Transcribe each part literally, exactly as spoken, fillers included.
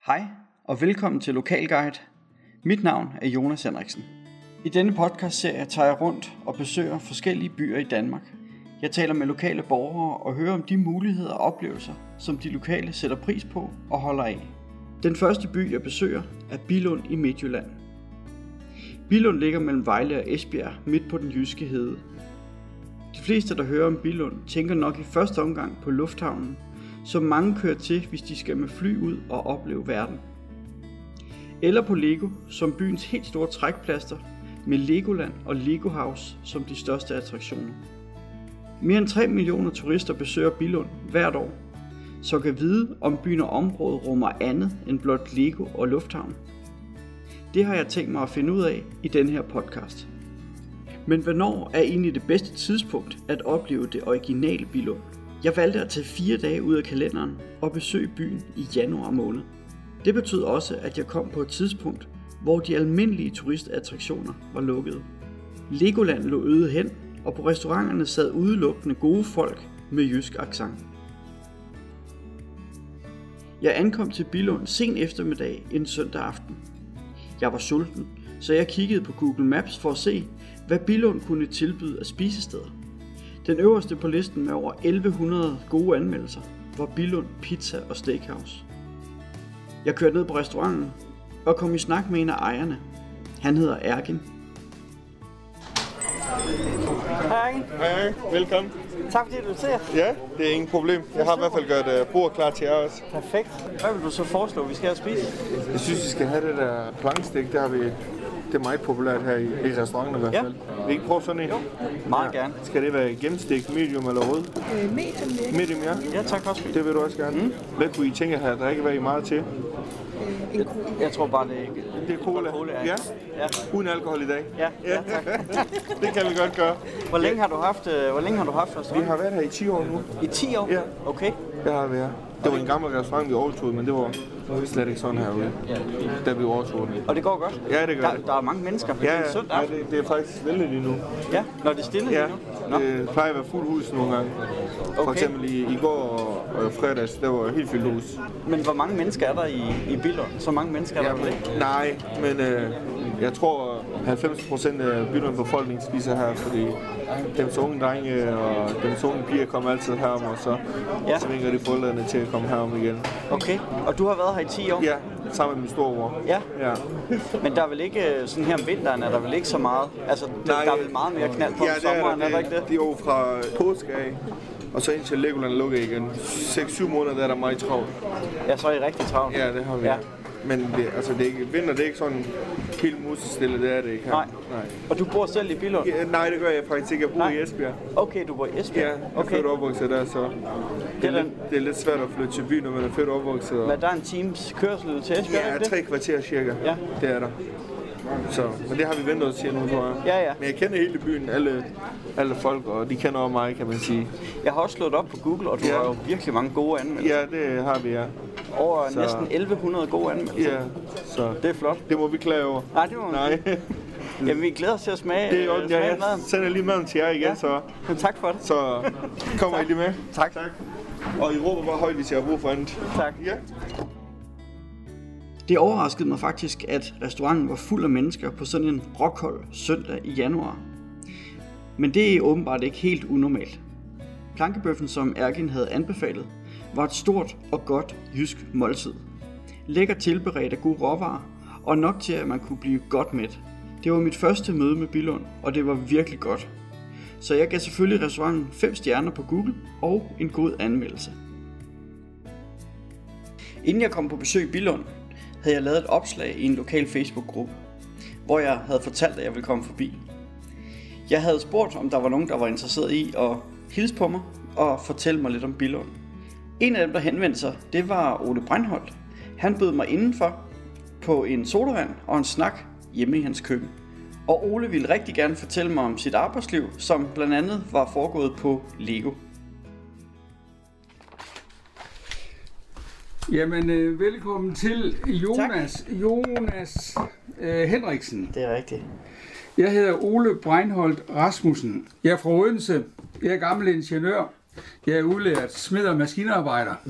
Hej og velkommen til Lokalguide. Mit navn er Jonas Henriksen. I denne podcastserie tager jeg rundt og besøger forskellige byer i Danmark. Jeg taler med lokale borgere og hører om de muligheder og oplevelser, som de lokale sætter pris på og holder af. Den første by jeg besøger er Billund i Midtjylland. Billund ligger mellem Vejle og Esbjerg midt på den jyske hede. De fleste der hører om Billund tænker nok i første omgang på lufthavnen, som mange kører til, hvis de skal med fly ud og opleve verden. Eller på Lego, som byens helt store trækplaster, med Legoland og Lego House som de største attraktioner. Mere end tre millioner turister besøger Billund hvert år, så kan vide, om byen og området rummer andet end blot Lego og lufthavn. Det har jeg tænkt mig at finde ud af i den her podcast. Men hvornår er egentlig det bedste tidspunkt at opleve det originale Billund? Jeg valgte at tage fire dage ud af kalenderen og besøge byen i januar måned. Det betød også, at jeg kom på et tidspunkt, hvor de almindelige turistattraktioner var lukkede. Legoland lå øde hen, og på restauranterne sad udelukkende gode folk med jysk accent. Jeg ankom til Billund sen eftermiddag en søndag aften. Jeg var sulten, så jeg kiggede på Google Maps for at se, hvad Billund kunne tilbyde af spisesteder. Den øverste på listen med over elleve hundrede gode anmeldelser var Billund Pizza og Steakhouse. Jeg kørte ned på restauranten og kom i snak med en af ejerne. Han hedder Ergin. Hej Ergin. Hej, velkommen. Tak fordi du ser. Ja, det er ingen problem. Jeg har i hvert fald gjort uh, bord klar til jer også. Perfekt. Hvad vil du så foreslå, vi skal have spise? Jeg synes, vi skal have det der plankstik. Der har vi, det er meget populært her i, i restauranten i hvert fald. Ja. Vil I ikke prøve sådan en? Jo, meget ja. gerne. Skal det være gennemstegt, medium eller rød? Øh, medium. Medium, ja. Ja, tak også. Det vil du også gerne. Mm. Hvad kunne I tænke at have drikkevarer meget til? Jeg, jeg tror bare, det er ikke. Det er cola. cola ja. Ja. ja. Uden alkohol i dag? Ja, ja tak. Det kan vi godt gøre. Hvor længe har du haft, hvor længe har du haft restaurant? Vi har været her i ti år nu. I ti år? Ja. Okay. Det har vi her. Det var en gammel restaurant, vi overtog, men det var slet ikke sådan herude, ja. Da vi overtog den. Og det går godt? Ja, det gør der, det. Der er mange mennesker på ja, en søndag aften. Ja, det, det er faktisk vældig lige nu. Ja, når det er stille ja, lige nu? Ja, det plejer at være fuld hus nogle gange. Okay. For eksempel i, i går og, og fredags, der var helt fyldt hus. Men hvor mange mennesker er der i, i Billund? Så mange mennesker er ja, der vel ikke? Nej, men øh, jeg tror halvfems procent af Billunds befolkning spiser her, fordi dem så unge drenge og dem så unge piger kommer altid herom, og så ja. Svinger de forældrene til at komme herom igen. Okay, og du har været her i ti år? Ja, sammen med min storebror. Ja. ja. Men der er vel ikke, sådan her om vinteren, er der vel ikke så meget? Altså, der, Nej, der er vel meget mere knald på ja, om sommeren, er, er der ikke det? Det er jo fra påske af, og så indtil Legoland lukker igen. seks syv måneder, der er der meget travlt. Ja, så er I rigtig travlt. Ja, det har vi. Ja. Men det, altså det er ikke, vinter det er ikke sådan helt musestille, det er det ikke her. Nej. Nej. Og du bor selv i Billund? Ja, nej, det gør jeg faktisk ikke. Jeg bor nej. i Esbjerg. Okay, du bor i Esbjerg? Ja, jeg er okay. født og opvokset der, så det er, det, er lidt, det er lidt svært at flytte til byen, når man er født og opvokset. Men der er en times kørsel til Esbjerg, ja, ikke det? tre kvarter cirka. Ja. Det er der. Så, men det har vi ventet os til nu, tror jeg. Ja, ja. Men jeg kender hele byen, alle, alle folk, og de kender også mig, kan man sige. Jeg har også slået op på Google, og du ja. har jo virkelig mange gode anmeldelser. Ja, det har vi, ja. Over så... næsten elleve hundrede gode anmeldelser. Ja, så det er flot. Det må vi klage over. Nej, det må Nej. Jamen, vi glæder os til at smage, det er jo, smage ja, jeg maden. sender lige maden til jer igen, ja. Så... Men tak for det. Så kommer I lige med. Tak. tak. Og I råber bare højt, hvis jeg har brug for andet. Tak. Ja. Det overraskede mig faktisk, at restauranten var fuld af mennesker på sådan en rockhold søndag i januar. Men det er åbenbart ikke helt unormalt. Plankebøffen, som Ergin havde anbefalet, var et stort og godt jysk måltid. Lækker tilberedt af gode råvarer, og nok til at man kunne blive godt mæt. Det var mit første møde med Billund, og det var virkelig godt. Så jeg gav selvfølgelig restauranten fem stjerner på Google og en god anmeldelse. Inden jeg kom på besøg i Billund, havde jeg lavet et opslag i en lokal Facebook-gruppe, hvor jeg havde fortalt, at jeg ville komme forbi. Jeg havde spurgt, om der var nogen, der var interesseret i at hilse på mig og fortælle mig lidt om Billund. En af dem, der henvendte sig, det var Ole Breinholt. Han bød mig indenfor på en sodavand og en snak hjemme i hans køkken. Og Ole ville rigtig gerne fortælle mig om sit arbejdsliv, som blandt andet var foregået på Lego. Jamen, øh, velkommen til Jonas, Jonas øh, Henriksen. Det er rigtigt. Jeg hedder Ole Breinholt Rasmussen. Jeg er fra Odense. Jeg er gammel ingeniør. Jeg er udlært smed- og maskinarbejder. Mm.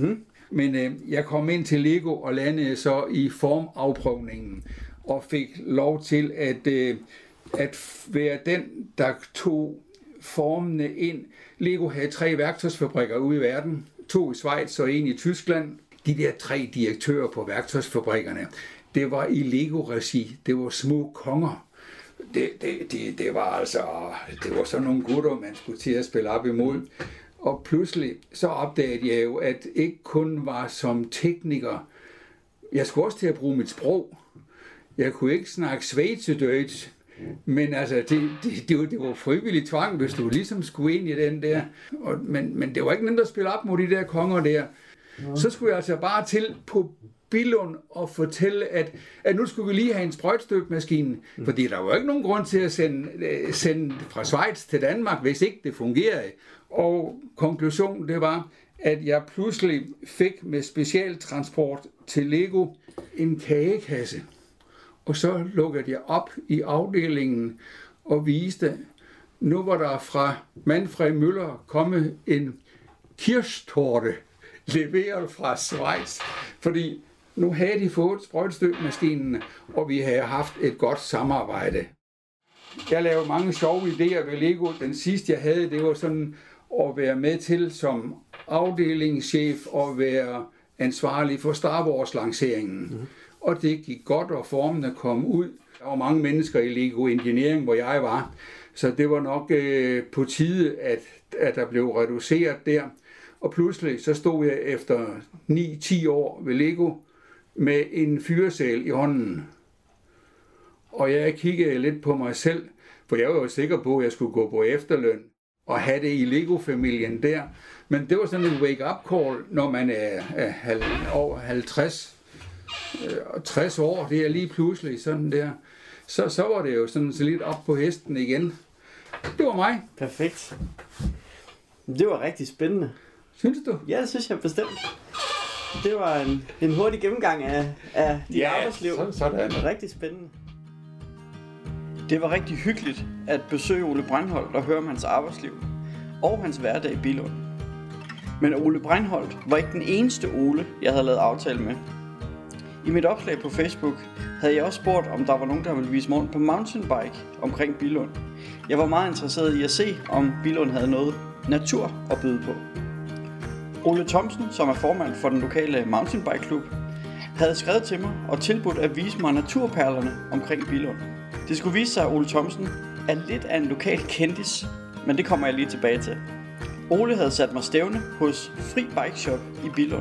Men øh, jeg kom ind til Lego og landede så i formafprøvningen og fik lov til at, øh, at være den, der tog formene ind. Lego havde tre værktøjsfabrikker ude i verden. To i Schweiz og en i Tyskland. De der tre direktører på værktøjsfabrikkerne, det var i Lego-regi. Det var små konger. Det, det, det, det var altså, det var sådan nogle gutter, man skulle til at spille op imod. Og pludselig så opdagede jeg jo, at ikke kun var som tekniker. Jeg skulle også til at bruge mit sprog. Jeg kunne ikke snakke Schweizerdeutsch, men altså, det, det, det, var, det var frivillig tvang, hvis du ligesom skulle ind i den der. Og, men, men det var ikke nemt at spille op mod de der konger der. Så skulle jeg altså bare til på Billund og fortælle, at, at nu skulle vi lige have en sprøjtstøbmaskine, mm. fordi der var ikke nogen grund til at sende, sende fra Schweiz til Danmark, hvis ikke det fungerede. Og konklusionen det var, at jeg pludselig fik med specialtransport til Lego en kagekasse. Og så lukkede jeg op i afdelingen og viste, nu var der fra Manfred Müller kommet en kirschtorte leveret fra Schweiz, fordi nu havde de fået sprøjtestøbmaskinen, og vi havde haft et godt samarbejde. Jeg lavede mange sjove idéer ved Lego. Den sidste jeg havde, det var sådan at være med til som afdelingschef og være ansvarlig for Star Wars-lanceringen. Mm-hmm. Og det gik godt, og formene kom ud. Der var mange mennesker i Lego Engineering, hvor jeg var, så det var nok øh, på tide, at, at der blev reduceret der. Og pludselig så stod jeg efter ni til ti år ved Lego med en fyresæl i hånden. Og jeg kiggede lidt på mig selv, for jeg var jo sikker på, at jeg skulle gå på efterløn og have det i Lego-familien der. Men det var sådan en wake-up call, når man er, er over halvtreds og tres år. Det er lige pludselig sådan der. Så, så var det jo sådan så lidt op på hesten igen. Det var mig. Perfekt. Det var rigtig spændende. Synes du? Ja, det synes jeg bestemt. Det var en, en hurtig gennemgang af, af dit ja, arbejdsliv. Sådan, sådan. Det var rigtig spændende. Det var rigtig hyggeligt at besøge Ole Breinholt og høre om hans arbejdsliv og hans hverdag i Billund. Men Ole Breinholt var ikke den eneste Ole, jeg havde lavet aftale med. I mit opslag på Facebook havde jeg også spurgt, om der var nogen, der ville vise mig rundt på mountainbike omkring Billund. Jeg var meget interesseret i at se, om Billund havde noget natur at byde på. Ole Thomsen, som er formand for den lokale mountainbike-klub, havde skrevet til mig og tilbudt at vise mig naturperlerne omkring Billund. Det skulle vise sig, at Ole Thomsen er lidt af en lokal kendis, men det kommer jeg lige tilbage til. Ole havde sat mig stævne hos Fri Bike Shop i Billund.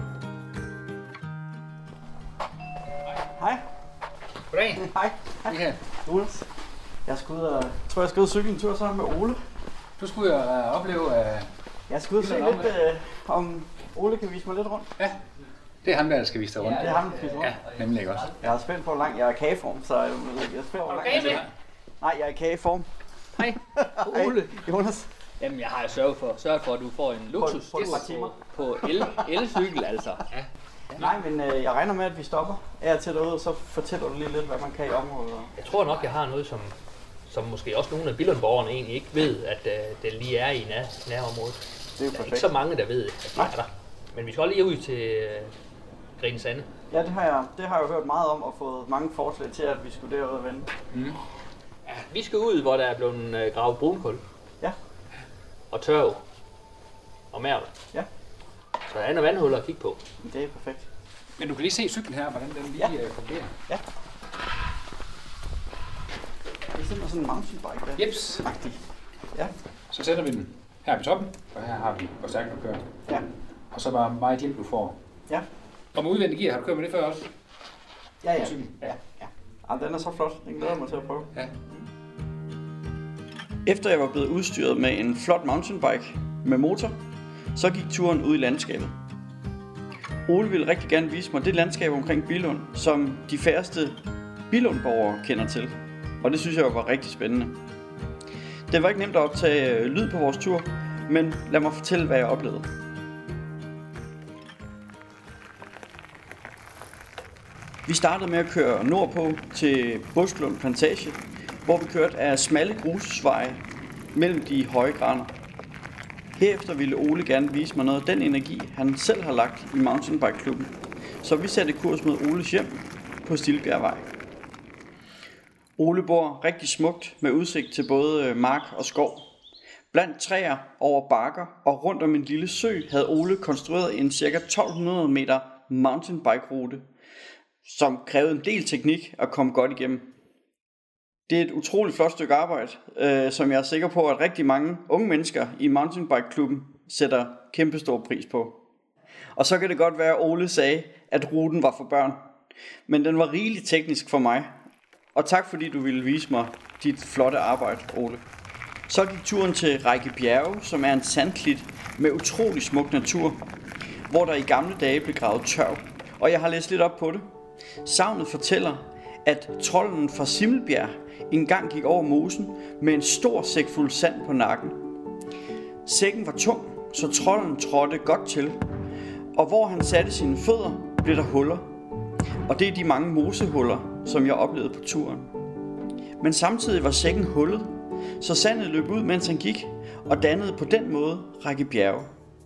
Hej. Goddag. Hej. Hej. Jonas. Jeg skal ud og, jeg tror, jeg skal ud og cykle en tur sammen med Ole. Du skulle jo uh, opleve... Uh, jeg skal ud og se lidt, uh, om Ole kan vise mig lidt rundt. Ja, det er ham, der skal vise dig rundt. Ja, det er ham, der skal vise rundt. Ja, nemlig også. Jeg er spændt på, hvor langt jeg er i kageform, så jeg er spændt på, hvor langt jeg er. Nej, jeg er i kageform. Hej, Ole. Jonas. Jamen, jeg har sørget for, sørget for, at du får en luksus på, på, på el, elcykel, altså. Ja. Ja. Nej, men øh, jeg regner med, at vi stopper af til derude, og så fortæller du lige lidt, hvad man kan i området. Jeg tror nok, jeg har noget, som, som måske også nogle af Billund-borgerne egentlig ikke ved, at øh, det lige er i nær, nærområdet. Det er jo der er perfekt. ikke så mange, der ved, at det er der. Men vi skal også lige ud til øh, Grene Sande. Ja, det har, jeg, det har jeg jo hørt meget om, og fået mange forslag til, at vi skulle derud og vende. Mm. Ja, vi skal ud, hvor der er blevet øh, gravet brunkul. Ja. Og tørv. Og mærvel. Ja. Så der er nogle vandhuller at kigge på. Det er perfekt. Men du kan lige se cyklen her, hvordan den lige ja. fungerer. Ja. Det er simpelthen sådan en mountainbike der. Jeps. Ja. Så sætter vi den her på toppen, og her har vi hvor stærkt du kører. Ja. Og så bare meget hjælp du får. Ja. Og med udvendig gear, har du kørt med det før også? Ja, ja. Ja, ja. Ja, den er så flot. Den glæder mig til at prøve. Ja. Efter jeg var blevet udstyret med en flot mountainbike med motor, så gik turen ud i landskabet. Ole ville rigtig gerne vise mig det landskab omkring Billund, som de færreste Billund-borgere kender til. Og det synes jeg var rigtig spændende. Det var ikke nemt at optage lyd på vores tur, men lad mig fortælle, hvad jeg oplevede. Vi startede med at køre nordpå til Busklund Plantage, hvor vi kørte af smalle grusveje mellem de høje graner. Herefter ville Ole gerne vise mig noget af den energi, han selv har lagt i mountainbikeklubben. Så vi satte kurs mod Oles hjem på Stilbjergvej. Ole bor rigtig smukt med udsigt til både mark og skov. Blandt træer, over bakker og rundt om en lille sø havde Ole konstrueret en ca. tolv hundrede meter mountainbike-rute, som krævede en del teknik at komme godt igennem. Det er et utroligt flot stykke arbejde, øh, som jeg er sikker på, at rigtig mange unge mennesker i mountainbike-klubben sætter kæmpestor pris på. Og så kan det godt være, at Ole sagde, at ruten var for børn. Men den var rigeligt teknisk for mig. Og tak fordi du ville vise mig dit flotte arbejde, Ole. Så gik turen til Række Bjerge, som er en sandklit med utrolig smuk natur, hvor der i gamle dage blev gravet tørv. Og jeg har læst lidt op på det. Sagnet fortæller, at trolden fra Simmelbjerg engang gik over mosen med en stor sæk fuld sand på nakken. Sækken var tung, så trolden trådte godt til, og hvor han satte sine fødder, blev der huller. Og det er de mange mosehuller, som jeg oplevede på turen. Men samtidig var sækken hullet, så sandet løb ud, mens han gik, og dannede på den måde Række Bjerge.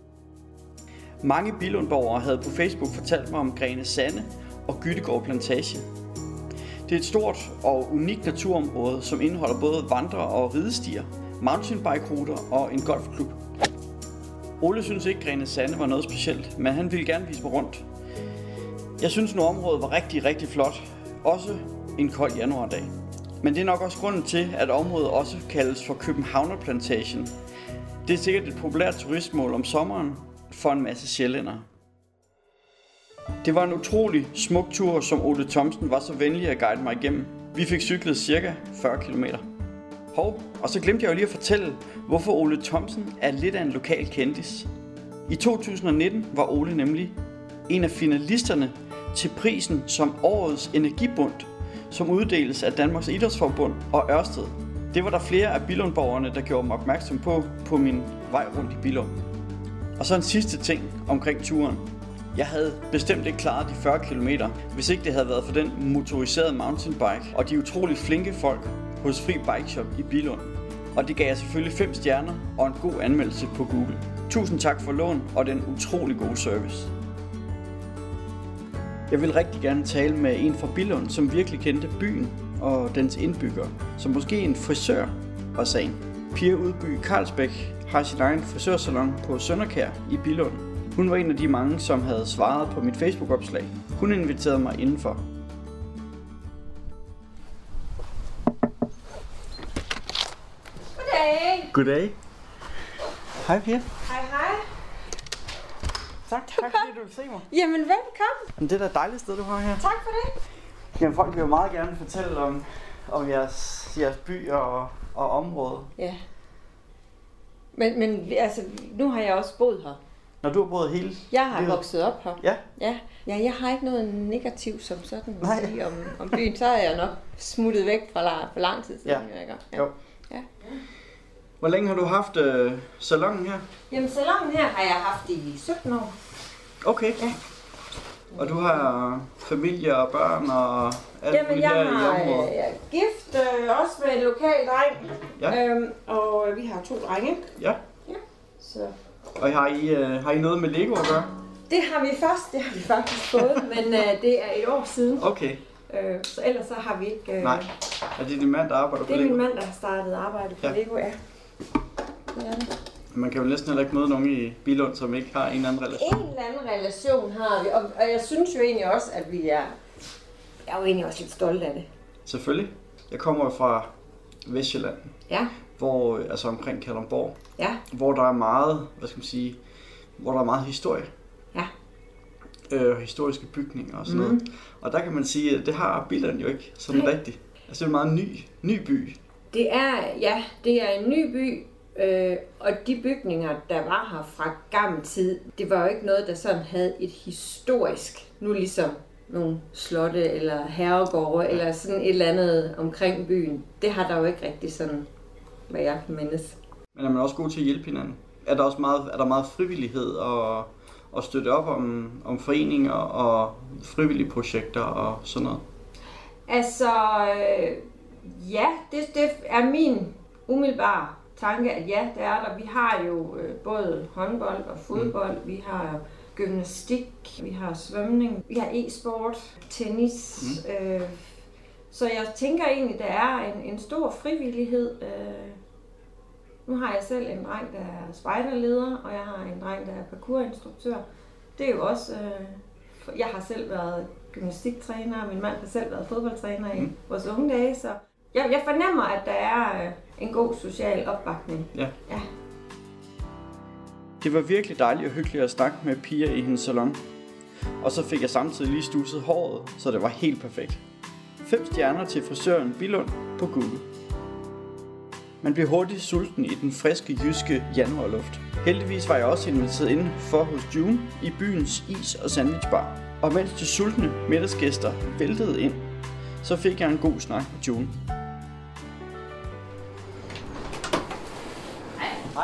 Mange Billundborgere havde på Facebook fortalt mig om Grene Sande og Gyttegård Plantage. Det er et stort og unikt naturområde, som indeholder både vandre- og ridestier, mountainbike-ruter og en golfklub. Ole synes ikke, Grene Sande var noget specielt, men han ville gerne vise mig rundt. Jeg synes, at området var rigtig, rigtig flot, også en kold januardag. Men det er nok også grunden til, at området også kaldes for Københavnerplantagen. Det er sikkert et populært turistmål om sommeren for en masse sjællændere. Det var en utrolig smuk tur, som Ole Thomsen var så venlig at guide mig igennem. Vi fik cyklet cirka fyrre kilometer. Hov, og så glemte jeg jo lige at fortælle, hvorfor Ole Thomsen er lidt af en lokal kendis. I to tusind nitten var Ole nemlig en af finalisterne til prisen som Årets Energibund, som uddeles af Danmarks Idrætsforbund og Ørsted. Det var der flere af Billundborgerne, der gjorde mig opmærksom på på min vej rundt i Billund. Og så en sidste ting omkring turen. Jeg havde bestemt ikke klaret de fyrre kilometer, hvis ikke det havde været for den motoriserede mountainbike og de utrolig flinke folk hos Fri Bike Shop i Billund. Og det gav jeg selvfølgelig fem stjerner og en god anmeldelse på Google. Tusind tak for lån og den utrolig gode service. Jeg vil rigtig gerne tale med en fra Billund, som virkelig kendte byen og dens indbyggere, som måske en frisør var sagen. Pia Udby Carlsbæk har sin egen frisørsalon på Sønderkær i Billund. Hun var en af de mange, som havde svaret på mit Facebook-opslag. Hun inviterede mig indenfor. Goddag. Goddag. Hej Pia. Hej hej. Tak, tak fordi du vil se mig. Jamen velkommen. Men det er da et dejligt sted, du har her. Tak for det. Jamen folk vil jo meget gerne fortælle om, om jeres, jeres by og, og område. Ja. Men, men altså, nu har jeg også boet her. Når du har boet hele Jeg har livet. vokset op her. Ja. Ja. Ja, jeg har ikke noget negativt som sådan at Nej. sige om, om byen. Så er jeg nok smuttet væk fra la- for lang tid siden. Ja. Ikke? Ja. Jo. Ja. Hvor længe har du haft øh, salonen her? Jamen, salongen her har jeg haft i sytten år. Okay. Ja. Og du har familie og børn og alt Jamen, muligt jeg her i har området? jeg er gift øh, også med en lokal dreng. Ja. Øhm, og vi har to drenge. Ja. Ja. Så Og har I, øh, har I noget med Lego at gøre? det har vi først, det har vi faktisk fået, men øh, det er et år siden. Okay. Øh, så ellers så har vi ikke... Øh, Nej. Er det din mand, der arbejder på Det er Lego? min mand, der har startet arbejde på Ja. Lego, ja. Det er det. Man kan jo næsten heller ikke møde nogen i Billund, som ikke har en eller anden relation. En eller anden relation har vi, og, og jeg synes jo egentlig også, at vi er... Jeg er jo egentlig også lidt stolt af det. Selvfølgelig. Jeg kommer jo fra Vestjylland, Ja, hvor, altså omkring Kalundborg, ja, hvor der er meget, hvad skal man sige, hvor der er meget historie. ja. Øh, historiske bygninger og sådan mm. noget. Og der kan man sige, at det har Billund jo ikke sådan Nej. rigtigt. Altså det er en meget ny, ny by. Det er, ja, det er en ny by, øh, og de bygninger, der var her fra gammel tid, det var jo ikke noget, der sådan havde et historisk, nu ligesom nogle slotte eller herregårde ja. Eller sådan et eller andet omkring byen. Det har der jo ikke rigtig sådan, hvad jeg kan mindes. Men er man også god til at hjælpe hinanden? Er der også meget, er der meget frivillighed og, og støtte op om, om foreninger og frivillige projekter og sådan noget? Altså, øh, ja, det, det er min umiddelbare tanke, at ja, det er der. Vi har jo øh, både håndbold og fodbold, mm. vi har gymnastik, vi har svømning, vi har e-sport, tennis. Mm. Øh, så jeg tænker egentlig, der er en, en stor frivillighed. Øh, nu har jeg selv en dreng, der er spejderleder, og jeg har en dreng, der er parkourinstruktør. Det er jo også... Øh, jeg har selv været gymnastiktræner, og min mand har selv været fodboldtræner i mm. vores unge dage, så jeg, jeg fornemmer, at der er øh, en god social opbakning. Ja. ja. Det var virkelig dejligt og hyggeligt at snakke med Pia i hendes salon. Og så fik jeg samtidig lige studset håret, så det var helt perfekt. Fem stjerner til frisøren Billund på Google. Man bliver hurtigt sulten i den friske jyske januarluft. Heldigvis var jeg også inviteret inde for hos June i byens is- og sandwichbar. Og mens de sultne middagsgæster væltede ind, så fik jeg en god snak med June. Hej. Hej.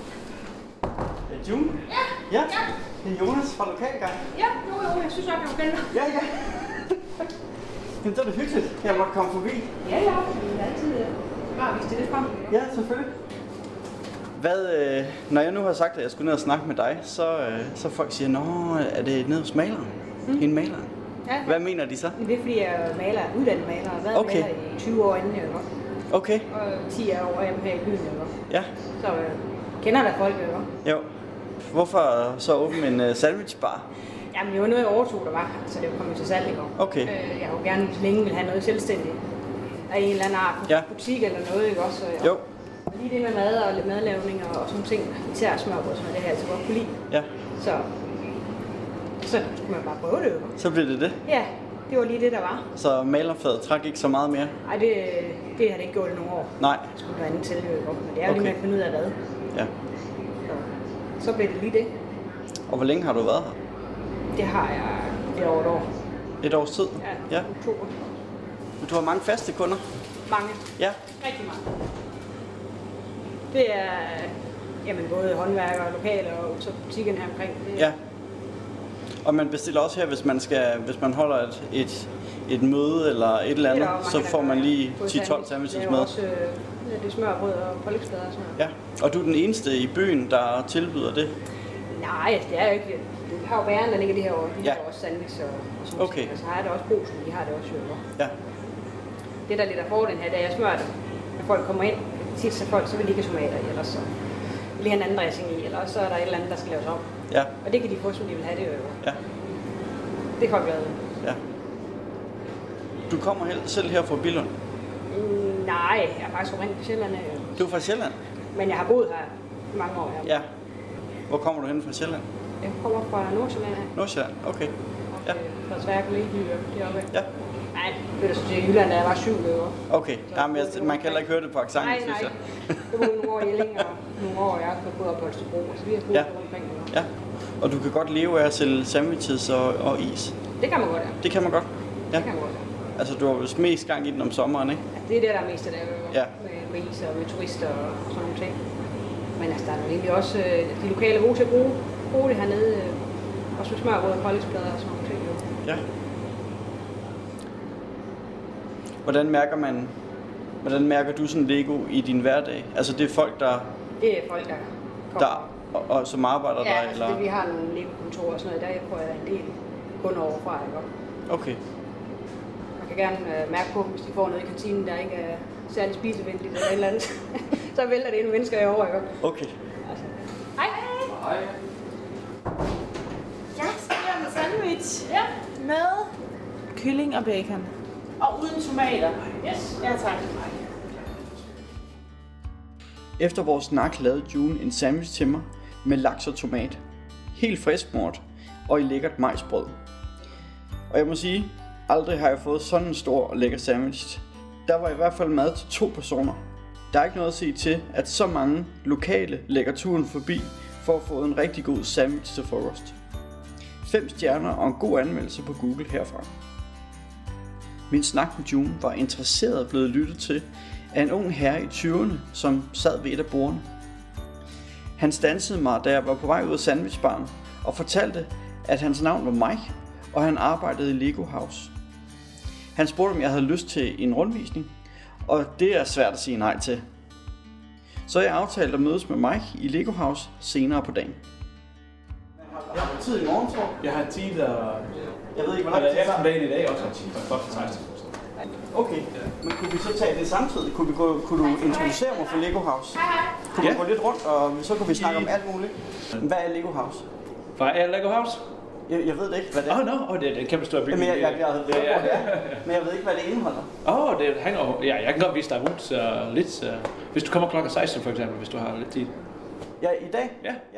Det er June? Ja. Ja. Det er Jonas fra Lokalguide. Ja, jo jo, jeg synes nok, jeg var kender. Ja, ja. Jamen, det er da hyggeligt. Jeg måtte komme forbi. Ja, ja. Det er altid rart, hvis det er det frem. Ja, selvfølgelig. Hvad, øh, når jeg nu har sagt, at jeg skulle ned og snakke med dig, så, øh, så folk siger, nå, er det nede hos maleren? Mm. Hende maleren? Ja. Hvad mener de så? Det er fordi, jeg er maler, uddannet maler. Jeg har været Okay. maler i tyve år inden jeg var. Okay. Og ti år hjemme her i byen jeg var. Ja. Så øh, kender der folk jeg var. Jo. Hvorfor så åbne en uh, sandwichbar? Jamen, det var noget, jeg overtog, der var, så det kom til salg i går. Okay. Øh, jeg har jo gerne længe vil have noget selvstændigt. Af en eller anden art. Ja. Butik eller noget, ikke også? Og Jo. og lige det med mad og lidt madlavning og sådan nogle ting, især smørbrød, og sådan noget, det har jeg altså godt kunne lide. Ja. Så, så skulle man bare prøve det jo. Så blev det det. Ja, det var lige det, der var. Så malerfaget trak ikke så meget mere? Ej, det, det har det ikke gjort i nogle år. Nej. Det skulle være andet til, men det er jo Okay. lige med at finde ud af hvad. Ja. Så, så blev det lige det. Og hvor længe har du været her? Det har jeg det over et år. Et års tid? Ja, Ja. oktober. Men du har mange faste kunder? Mange. Ja. Rigtig mange. Det er jamen, både håndværkere, lokale og så butikken her omkring. Det, Ja. Og man bestiller også her, hvis man skal, hvis man holder et, et, et møde eller et eller andet, så får man lige ti til tolv sandwiches med. Det er også øh, det smørbrød og pålægsplader og sådan noget. Ja. Og du er den eneste i byen, der tilbyder det? Nej, det er jo ikke. Det har jo bæren, der ligger det her over. De Ja. har også sandwich og, og sådan Okay. noget. Og så har jeg det også Brugsen, de har det også jo. Ja. Det der er lidt af fordelen her, da jeg smører det, når folk kommer ind, tit så folk, så vil de ikke have tomater i, eller så vil de have en anden dressing i, eller så er der et eller andet, der skal laves om. Ja. Og det kan de få, som de vil have det jo. Ja. Det er folk glade. Ja. Du kommer helt selv her fra Billund? Mm, nej, jeg er faktisk oprindeligt fra Sjælland. øh, Du er fra Sjælland? Men jeg har boet her i mange år. Jeg, Ja. Hvor kommer du hen fra Sjælland? jeg kommer fra Nordsjælland af. Nordsjælland, okay. Ja. Fra Sværk og Lægeby deroppe. Ja. Nej, det er så til Jylland, da jeg var syv år. Okay, jamen, jeg, man kan heller ikke høre det på accenten, Nej, synes nej. jeg. Det var nogle år i Jelling og nogle år, jeg har boet op på Holstebro, så vi har boet Ja. rundt omkring. Ja. Og du kan godt leve af at sælge sandwiches og, og is? Det kan man godt, ja. Det kan man godt? Ja. Det kan man godt, ja. Altså, du har vist mest gang i den om sommeren, ikke? Altså, det er det, der er mest af det, Ja. med, med is og med turister og sådan nogle ting. Men altså, der er jo egentlig også øh, de lokale gode til at bruge, bruge det hernede. Øh, også med smørbrød og pålægsplader og sådan nogle ting. Jo. Ja. Hvordan mærker man, hvordan mærker du sådan Lego i din hverdag? Altså, det er folk, der, Det er folk, der kommer. der og, og, som arbejder ja, der, altså, eller? det, vi har nogle Lego-kontorer og sådan noget, der får jeg en del kunder overfra, ikke? Okay. Man kan gerne øh, mærke på, hvis de får noget i kantinen, der ikke er særlig spisevenligt eller et eller andet. Så vælter det endnu mennesker herovre, ikke? Okay. Altså. Hej! Hej. Jeg skal have en sandwich Ja. med kylling og bacon. Og uden tomater. Yes. Ja, tak. Efter vores snak lavede June en sandwich til mig med laks og tomat. Helt friskmurt og i lækkert majsbrød. Og jeg må sige, aldrig har jeg fået sådan en stor og lækker sandwich. Der var i hvert fald mad til to personer. Der er ikke noget at sige til, at så mange lokale lægger turen forbi for at få en rigtig god sandwich til frokost. Fem stjerner og en god anmeldelse på Google herfra. Min snak med June var interesseret blevet lyttet til af en ung herre i tyverne, som sad ved et af bordene. Han standsede mig, da jeg var på vej ud af sandwichbaren, og fortalte, at hans navn var Mike, og han arbejdede i Lego House. Han spurgte, om jeg havde lyst til en rundvisning, og det er svært at sige nej til. Så jeg aftalte at mødes med Mike i Lego House senere på dagen. Jeg har tid i morgen, tror jeg. Jeg har tid, og Jeg ved ikke, hvor lang tid det tager. eftermiddagen i dag også har tid. klokken seksten. Okay, men kunne vi så tage det samtidig? Kunne, vi gå, kunne du introducere mig for Lego House? Kunne Ja. vi gå lidt rundt, og så kunne vi snakke om alt muligt? Hvad er Lego House? Hvad er Lego House? Jeg, jeg ved det ikke, hvad det er. Åh, oh, no. oh, det er en kæmpe stor bygning. Jamen, jeg, jeg, jeg, jeg, Ja, jeg, ja. jeg, men jeg ved ikke, hvad det indeholder. Åh, oh, det hænger ja, jeg kan godt vise dig rundt så lidt. Så, hvis du kommer klokken seksten for eksempel, hvis du har lidt tid. Ja, i dag? Ja. Ja.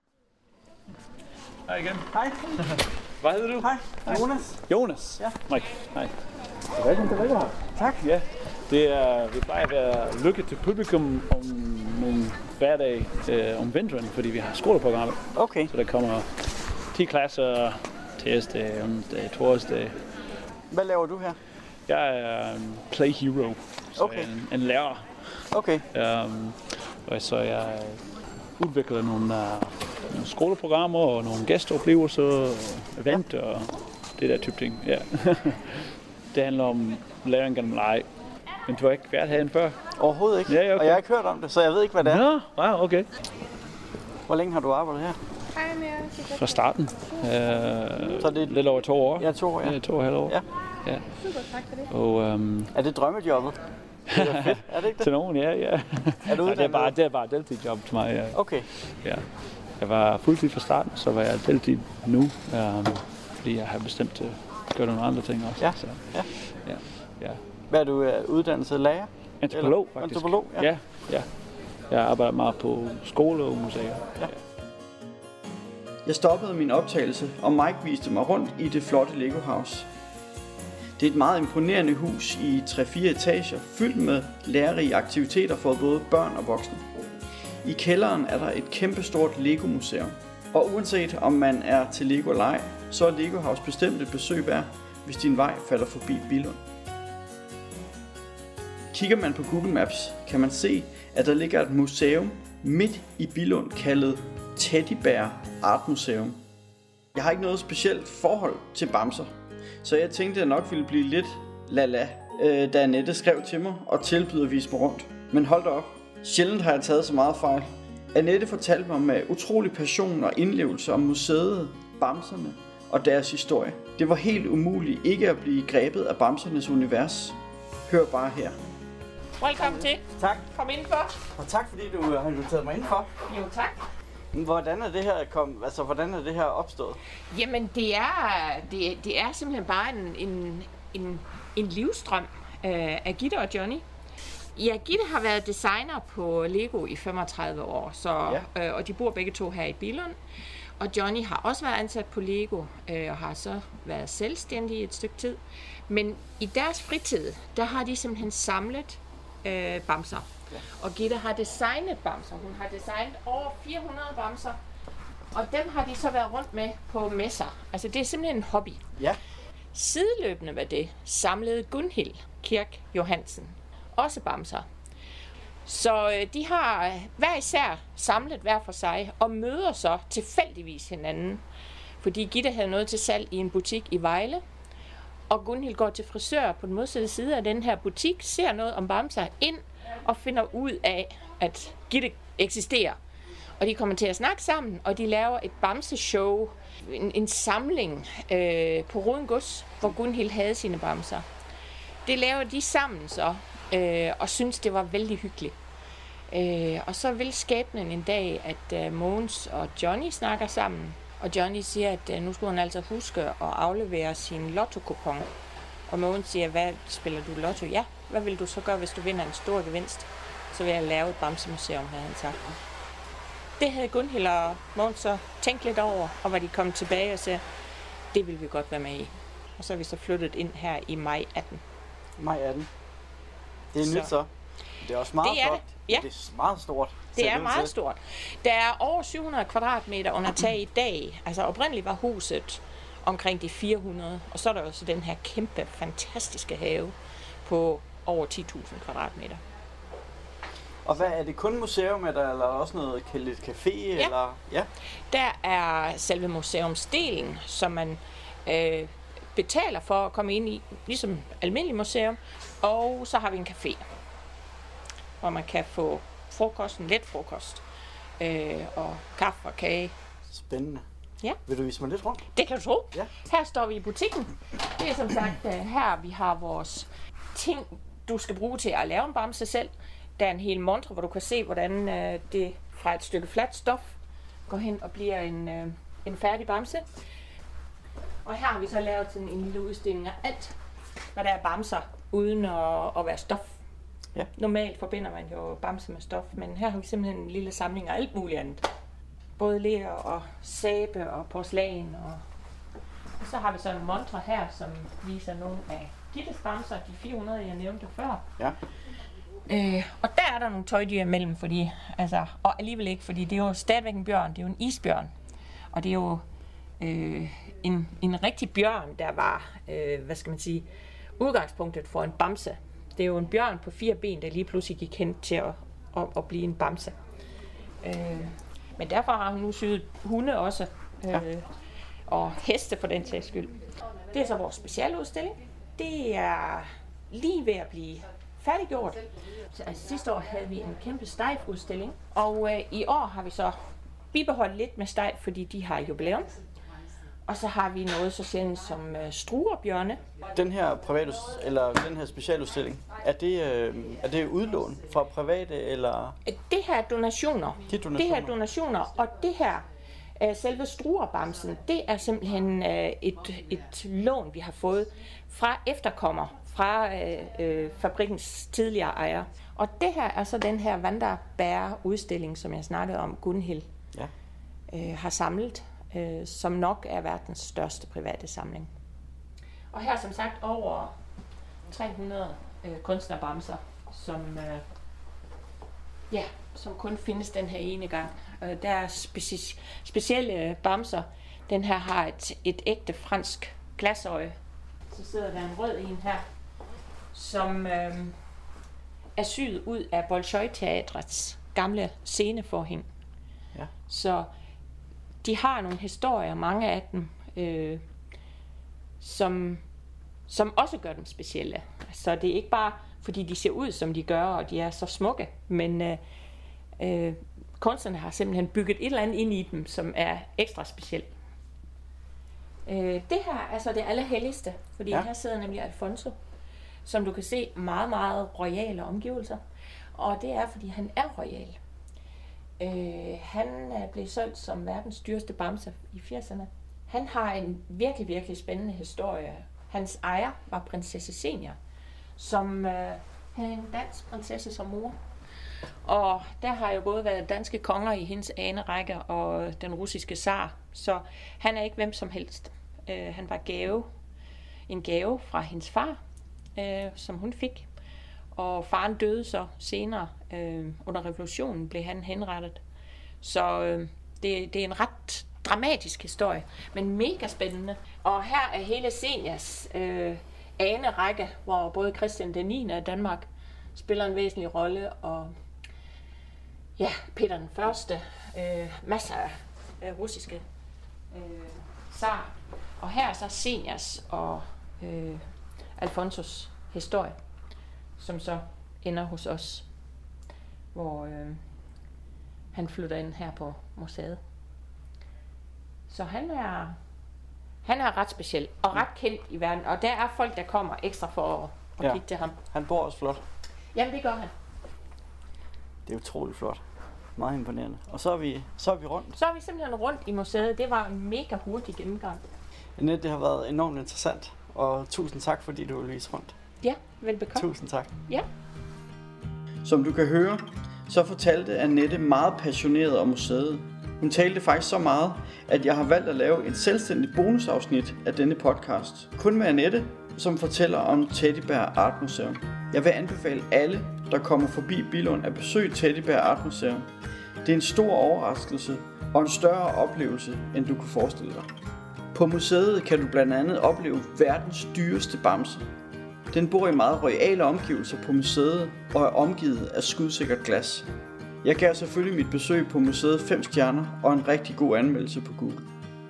Hej igen. Hej. Hvad hedder du? Hej. Jonas. Jonas. Ja. Mike. Hej. Velkommen til Lego House. Tak. Ja, det er, vi plejer at være lykke til publikum om nogle hverdag øh, om vinteren, fordi vi har skoleprogrammet. Okay. Så der kommer ti klasser, tirsdag, onsdag, torsdag. Hvad laver du her? Jeg er en play hero, så Okay. jeg er en, en lærer. Okay. Um, og så jeg udvikler nogle, uh, nogle skoleprogrammer og nogle gæsteoplevelser og event ja. og det der type ting. Ja. Det handler om læring gennem leg. Men du har ikke været herinde før? Overhovedet ikke. Ja, okay. Og jeg har ikke hørt om det, så jeg ved ikke, hvad det er. Nå, wow, okay. Hvor længe har du arbejdet her? Fra starten. Uh, Så det er lidt over to år. Ja, to år, ja. Ja, to og halv år. Ja. Ja. Og, um, Er det drømmejobbet? Det er fedt, er det ikke det? til nogen, ja, ja. Er du Nej, det er bare, uddannet? det er bare deltidsjob til mig. Ja. Okay. Ja. Jeg var fuldtid fra starten, så var jeg deltid nu, um, fordi jeg har bestemt at gøre nogle andre ting også. Ja. Så, Ja. ja. Ja. Hvad er du uh, uddannet til? Lærer? Antropolog, Eller? faktisk. Antropolog, ja. ja. Ja. Jeg arbejder meget på skole og museer. Ja. Jeg stoppede min optagelse, og Mike viste mig rundt i det flotte Lego House. Det er et meget imponerende hus i tre fire etager, fyldt med lærerige aktiviteter for både børn og voksne. I kælderen er der et kæmpestort Lego-museum. Og uanset om man er til Lego eller ej, så er Lego House bestemt et besøg værd, hvis din vej falder forbi Billund. Kigger man på Google Maps, kan man se, at der ligger et museum midt i Billund kaldet Teddybær Art Museum. Jeg har ikke noget specielt forhold til bamser, så jeg tænkte, at jeg nok ville blive lidt lala, øh, da Annette skrev til mig og tilbyder at vise mig rundt. Men hold da op, sjældent har jeg taget så meget fejl. Annette fortalte mig med utrolig passion og indlevelse om museet, bamserne og deres historie. Det var helt umuligt ikke at blive grebet af bamsernes univers. Hør bare her. Velkommen til. Tak. Kom indenfor. Og tak fordi du har inviteret mig indenfor. Jo, tak. Hvordan er det her kom, altså hvordan er det her opstået? Jamen, det er, det, det er simpelthen bare en, en, en, en livsstrøm øh, af Gitte og Johnny. Ja, Gitte har været designer på Lego i femogtredive år, så, ja. øh, og de bor begge to her i Billund. Og Johnny har også været ansat på Lego, øh, og har så været selvstændig et stykke tid. Men i deres fritid, der har de simpelthen samlet øh, bamser. Ja. Og Gitte har designet bamser. Hun har designet over fire hundrede bamser. Og dem har de så været rundt med på messer. Altså det er simpelthen en hobby. Ja. Sideløbende med det samlede Gunhild Kirk Johansen også bamser. Så øh, de har hver især samlet hver for sig og møder så tilfældigvis hinanden. Fordi Gitte havde noget til salg i en butik i Vejle. Og Gunhild går til frisør på den modsatte side af den her butik, ser noget om bamser ind og finder ud af, at Gitte eksisterer. Og de kommer til at snakke sammen, og de laver et bamseshow, en, en samling øh, på Roden Gods, hvor Gunhild havde sine bamser. Det laver de sammen så, øh, og synes, det var vældig hyggeligt. Øh, og så vil skæbnen en dag, at øh, Mogens og Johnny snakker sammen. Og Johnny siger, at øh, nu skulle han altså huske at aflevere sin lotto-kupon. Og Mogens siger, hvad spiller du lotto? Ja, hvad vil du så gøre, hvis du vinder en stor gevinst? Så vil jeg lave et bamsemuseum, havde han sagt. Det havde Gunhild og Mogens så tænkt lidt over, og var de kommet tilbage og sagde, det vil vi godt være med i. Og så er vi så flyttet ind her i maj atten. Maj atten. Det er Så. nyt så. Det er også meget Det er flot. det, ja. Det er meget stort. Det ser er ud meget til. stort. Der er over syv hundrede kvadratmeter under tag i dag. Altså oprindeligt var huset omkring de fire hundrede. Og så er der også den her kæmpe, fantastiske have på over ti tusind kvadratmeter. Og hvad er det kun museum, eller er der også noget lidt café? Ja. Eller? Ja. Der er selve museumsdelen, som man øh, betaler for at komme ind i, ligesom almindelig museum. Og så har vi en café, hvor man kan få frokost, en let frokost. Øh, og kaffe og kage. Spændende. Ja. Vil du vise mig lidt rundt? Det kan du tro. Ja. Her står vi i butikken. Det er som sagt uh, her, vi har vores ting, du skal bruge til at lave en bamse selv. Der er en hel montre, hvor du kan se, hvordan uh, det fra et stykke fladt stof går hen og bliver en, uh, en færdig bamse. Og her har vi så lavet sådan en lille udstilling af alt, hvad der er bamser, uden at, at være stof. Ja. Normalt forbinder man jo bamse med stof, men her har vi simpelthen en lille samling af alt muligt andet. Både ler og sæbe og porcelæn. Og, og så har vi så en montre her, som viser nogle af Gittes bamser, de fire hundrede, jeg nævnte før. Ja. Øh, og der er der nogle tøjdyr imellem, fordi, altså, og alligevel ikke, fordi det er jo stadigvæk en bjørn, det er jo en isbjørn. Og det er jo øh, en, en rigtig bjørn, der var, øh, hvad skal man sige, udgangspunktet for en bamse. Det er jo en bjørn på fire ben, der lige pludselig gik hen til at, at, at blive en bamse. Øh, men derfor har hun nu syet hunde også, øh, ja. Og heste for den sags skyld. Det er så vores specialudstilling. Det er lige ved at blive færdiggjort. Så, altså, sidste år havde vi en kæmpe stejfudstilling, og øh, i år har vi så bibeholdt lidt med steg, fordi de har jubilæum. Og så har vi noget så sjældent som øh, struerbjørne. Den her private eller den her specialudstilling, er det øh, er det udlån fra private eller? Det her er donationer. Det er donationer. Det her er donationer, og det her øh, selve struerbamsen, det er simpelthen øh, et et lån vi har fået fra efterkommer fra øh, øh, fabrikkens tidligere ejer. Og det her er så den her vandrebære udstilling, som jeg snakkede om, Gunhild ja. øh, har samlet. Øh, som nok er verdens største private samling. Og her som sagt over tre hundrede øh, kunstnerbamser, som, øh, ja, som kun findes den her ene gang. Øh, der er speci- specielle bamser. Den her har et, et ægte fransk glasøje. Så sidder der en rød en her, som øh, er syet ud af Bolshoi-teatrets gamle sceneforhæng. Ja. Så de har nogle historier, mange af dem, øh, som, som også gør dem specielle. Så det er ikke bare, fordi de ser ud, som de gør, og de er så smukke, men øh, øh, kunstnerne har simpelthen bygget et eller andet ind i dem, som er ekstra specielt. Øh, det her er så det allerhelligste, fordi ja. Her sidder nemlig Alfonso, som du kan se, meget, meget royale omgivelser. Og det er, fordi han er royal. Øh, han blev solgt som verdens dyreste bamse i firserne. Han har en virkelig, virkelig spændende historie. Hans ejer var prinsesse Senior, som øh, havde en dansk prinsesse som mor. Og der har jo både været danske konger i hendes anerække og den russiske zar, så han er ikke hvem som helst. Øh, han var gave, en gave fra hendes far, øh, som hun fik. Og faren døde så senere. Øh, under revolutionen blev han henrettet. Så øh, det, det er en ret dramatisk historie, men mega spændende. Og her er hele Seniors øh, anerække, hvor både Christian den niende af Danmark spiller en væsentlig rolle, og ja, Peter den første, øh, masser af øh, russiske øh, zar. Og her er så Seniors og øh, Alfonsos historie, som så ender hos os, hvor øh, han flytter ind her på museet. Så han er, han er ret speciel og ret kendt i verden, og der er folk, der kommer ekstra for at, at ja. kigge til ham. Han bor også flot. Jamen, det gør han. Det er utroligt flot. Meget imponerende. Og så er vi, så er vi rundt. Så er vi simpelthen rundt i museet. Det var en mega hurtig gennemgang. Annette, det har været enormt interessant, og tusind tak, fordi du ville vise rundt. Ja, velbekomme. Tusind tak. Ja. Som du kan høre, så fortalte Annette meget passioneret om museet. Hun talte faktisk så meget, at jeg har valgt at lave et selvstændigt bonusafsnit af denne podcast. Kun med Annette, som fortæller om Teddybær Art Museum. Jeg vil anbefale alle, der kommer forbi Billund, at besøge Teddybær Art Museum. Det er en stor overraskelse og en større oplevelse, end du kunne forestille dig. På museet kan du blandt andet opleve verdens dyreste bamse. Den bor i meget royale omgivelser på museet og er omgivet af skudsikkert glas. Jeg gav selvfølgelig mit besøg på museet fem stjerner og en rigtig god anmeldelse på Google.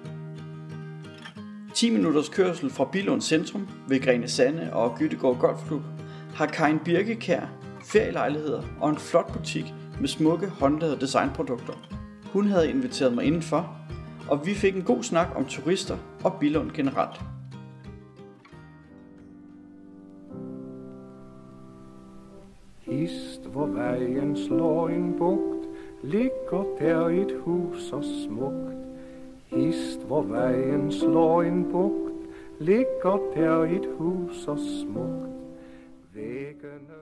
ti minutters kørsel fra Billund Centrum ved Grene Sande og Gyttegård Golfklub har Karin Birkekær ferielejligheder og en flot butik med smukke håndlavede designprodukter. Hun havde inviteret mig indenfor, og vi fik en god snak om turister og Billund generelt. Hist hvor vejen slår en bugt, ligger der et hus så smukt. Hist hvor vejen slår en bugt, ligger der et hus så smukt. Væggene...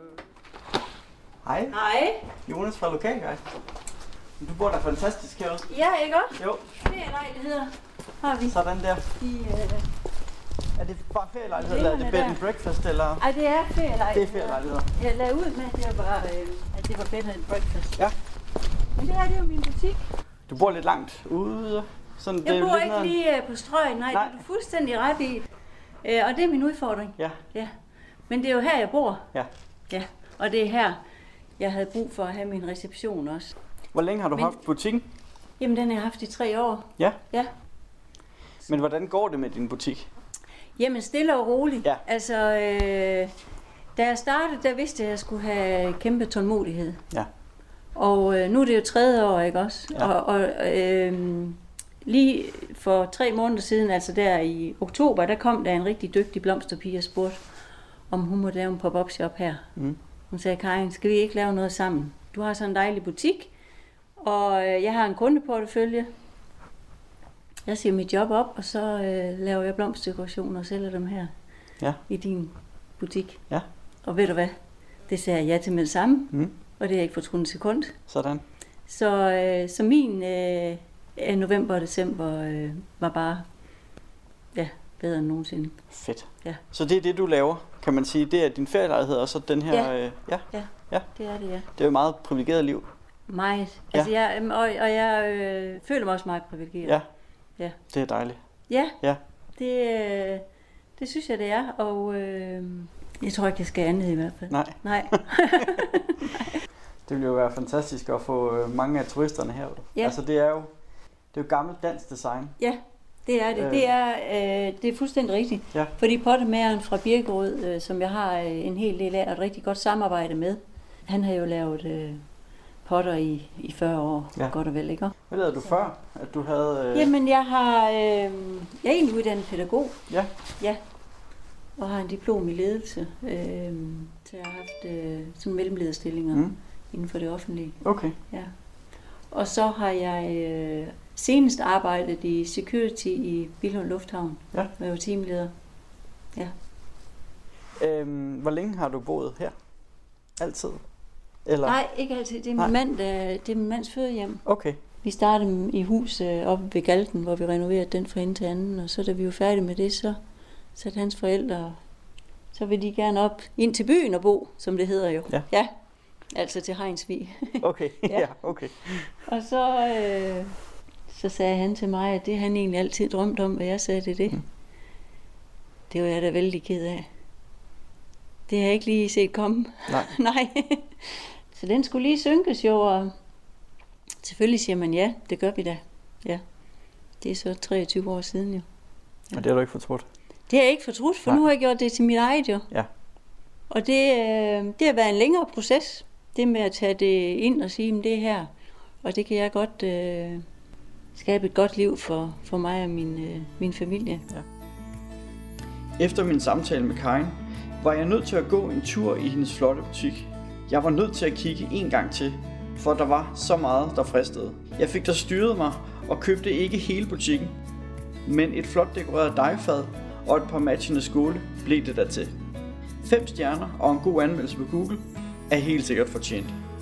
Hej. Hej. Jonas fra Lokalguide. Du bor der fantastisk herude. Ja, ikke også? Jo. Ferielejligheder har vi. Sådan der. I, øh... Er det bare ferielejlighed, eller er det bed and breakfast, eller? Ej, det er ferielejligheder. Det er ferielejligheder. Jeg lagde ud med, at det var, øh, at det var bed and breakfast. Ja. Men det her, det er jo min butik. Du bor lidt langt ude. Sådan, jeg det bor lidt ikke noget... lige øh, på strøgen, nej, nej, det er du fuldstændig ret i. Øh, og det er min udfordring. Ja. Ja. Men det er jo her, jeg bor. Ja. Ja. Og det er her, jeg havde brug for at have min reception også. Hvor længe har du Men... haft butikken? Jamen, den har jeg haft i tre år. Ja. Ja. Men hvordan går det med din butik? Jamen, stille og roligt. Ja. Altså, øh, da jeg startede, der vidste jeg, at jeg skulle have kæmpe tålmodighed. Ja. Og øh, nu er det jo tredje år, ikke også? Ja. Og, og øh, lige for tre måneder siden, altså der i oktober, der kom der en rigtig dygtig blomsterpige og spurgte, om hun måtte lave en pop-up shop her. Mm. Hun sagde, Karin, skal vi ikke lave noget sammen? Du har sådan en dejlig butik, og øh, jeg har en kundeportefølje. Jeg siger mit job op, og så øh, laver jeg blomsterdekorationer og sælger dem her ja. i din butik. Ja. Og ved du hvad? Det sagde jeg ja til med det samme, mm. og det er ikke fortrudt en sekund. Sådan. Så, øh, så min øh, november og december øh, var bare ja, bedre end nogensinde. Fedt. Ja. Så det er det, du laver, kan man sige. Det er din ferielejlighed, og så den her... Ja. Øh, ja. Ja. ja, det er det, ja. Det er jo et meget privilegeret liv. Meget. Altså, ja. jeg, og, og jeg øh, føler mig også meget privilegeret. Ja. Ja. Det er dejligt. Ja, ja. Det, øh, det synes jeg, det er, og øh, jeg tror ikke, jeg skal andet i hvert fald. Nej. Nej. Det ville jo være fantastisk at få mange af turisterne her. Ja. Altså, det er jo, det er jo gammelt dansk design. Ja, det er det. Øh. Det, er, øh, det er fuldstændig rigtigt. Ja. Fordi pottemageren fra Birkerød, øh, som jeg har øh, en hel del af, og et rigtig godt samarbejde med, han har jo lavet... Øh, potter i, i fyrre år, ja. Godt og vel, ikke? Hvad lavede du før, at du havde... Øh... Jamen, jeg har... Øh, jeg er egentlig uddannet pædagog. Ja. Ja. Og har en diplom i ledelse. Øh, så jeg har haft øh, sådan mellemlederstillinger mm. inden for det offentlige. Okay. Ja. Og så har jeg øh, senest arbejdet i security i Billund Lufthavn. Ja. Hvor jeg var teamleder. Ja. Øhm, hvor længe har du boet her? Altid? Eller? Nej, ikke altid. Det er min, mand, der, det er min mands fødehjem. Okay. Vi startede i hus øh, oppe ved Galten, hvor vi renoverede den fra ende til anden, og så da vi var færdige med det, så satte hans forældre, så vil de gerne op ind til byen og bo, som det hedder jo. Ja. Ja. Altså til Hejnsvig. Okay, ja. Ja, okay. Og så, øh, så sagde han til mig, at det han egentlig altid drømt om, hvad jeg sagde til det. Mm. Det var jeg da vældig ked af. Det har jeg ikke lige set komme. Nej. Nej. Så den skulle lige synkes jo, og selvfølgelig siger man ja, det gør vi da. Ja. Det er så treogtyve år siden jo. Ja. Og det har du ikke fortrudt? Det har jeg ikke fortrudt, for Nej. Nu har jeg gjort det til mit eget jo. Ja. Og det, det har været en længere proces, det med at tage det ind og sige, at det er her. Og det kan jeg godt øh, skabe et godt liv for, for mig og min, øh, min familie. Ja. Efter min samtale med Karin, var jeg nødt til at gå en tur i hendes flotte butik. Jeg var nødt til at kigge en gang til, for der var så meget, der fristede. Jeg fik der styret mig og købte ikke hele butikken, men et flot dekoreret dejfad og et par matchende skåle blev det der til. Fem stjerner og en god anmeldelse på Google er helt sikkert fortjent.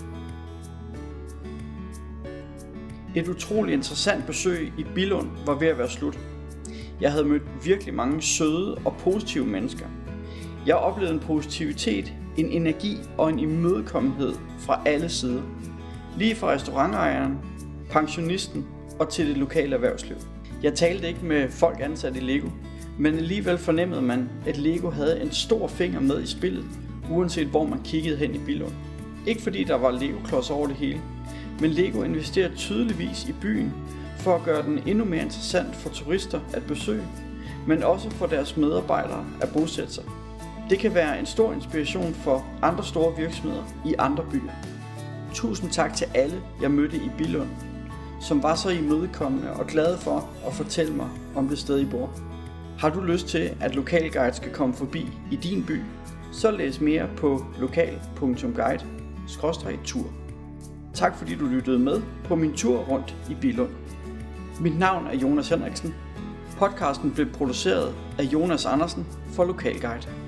Et utroligt interessant besøg i Billund var ved at være slut. Jeg havde mødt virkelig mange søde og positive mennesker. Jeg oplevede en positivitet, en energi og en imødekommenhed fra alle sider. Lige fra restaurantejeren, pensionisten og til det lokale erhvervsliv. Jeg talte ikke med folk ansat i Lego, men alligevel fornemmede man, at Lego havde en stor finger med i spillet, uanset hvor man kiggede hen i Billund. Ikke fordi der var Lego-klodser over det hele, men Lego investerer tydeligvis i byen for at gøre den endnu mere interessant for turister at besøge, men også for deres medarbejdere at bosætte sig. Det kan være en stor inspiration for andre store virksomheder i andre byer. Tusind tak til alle, jeg mødte i Billund, som var så imødekommende og glade for at fortælle mig om det sted, I bor. Har du lyst til, at Lokalguide skal komme forbi i din by, så læs mere på lokal punktum guide skråstreg tur. Tak fordi du lyttede med på min tur rundt i Billund. Mit navn er Jonas Henriksen. Podcasten blev produceret af Jonas Andersen for Lokalguide.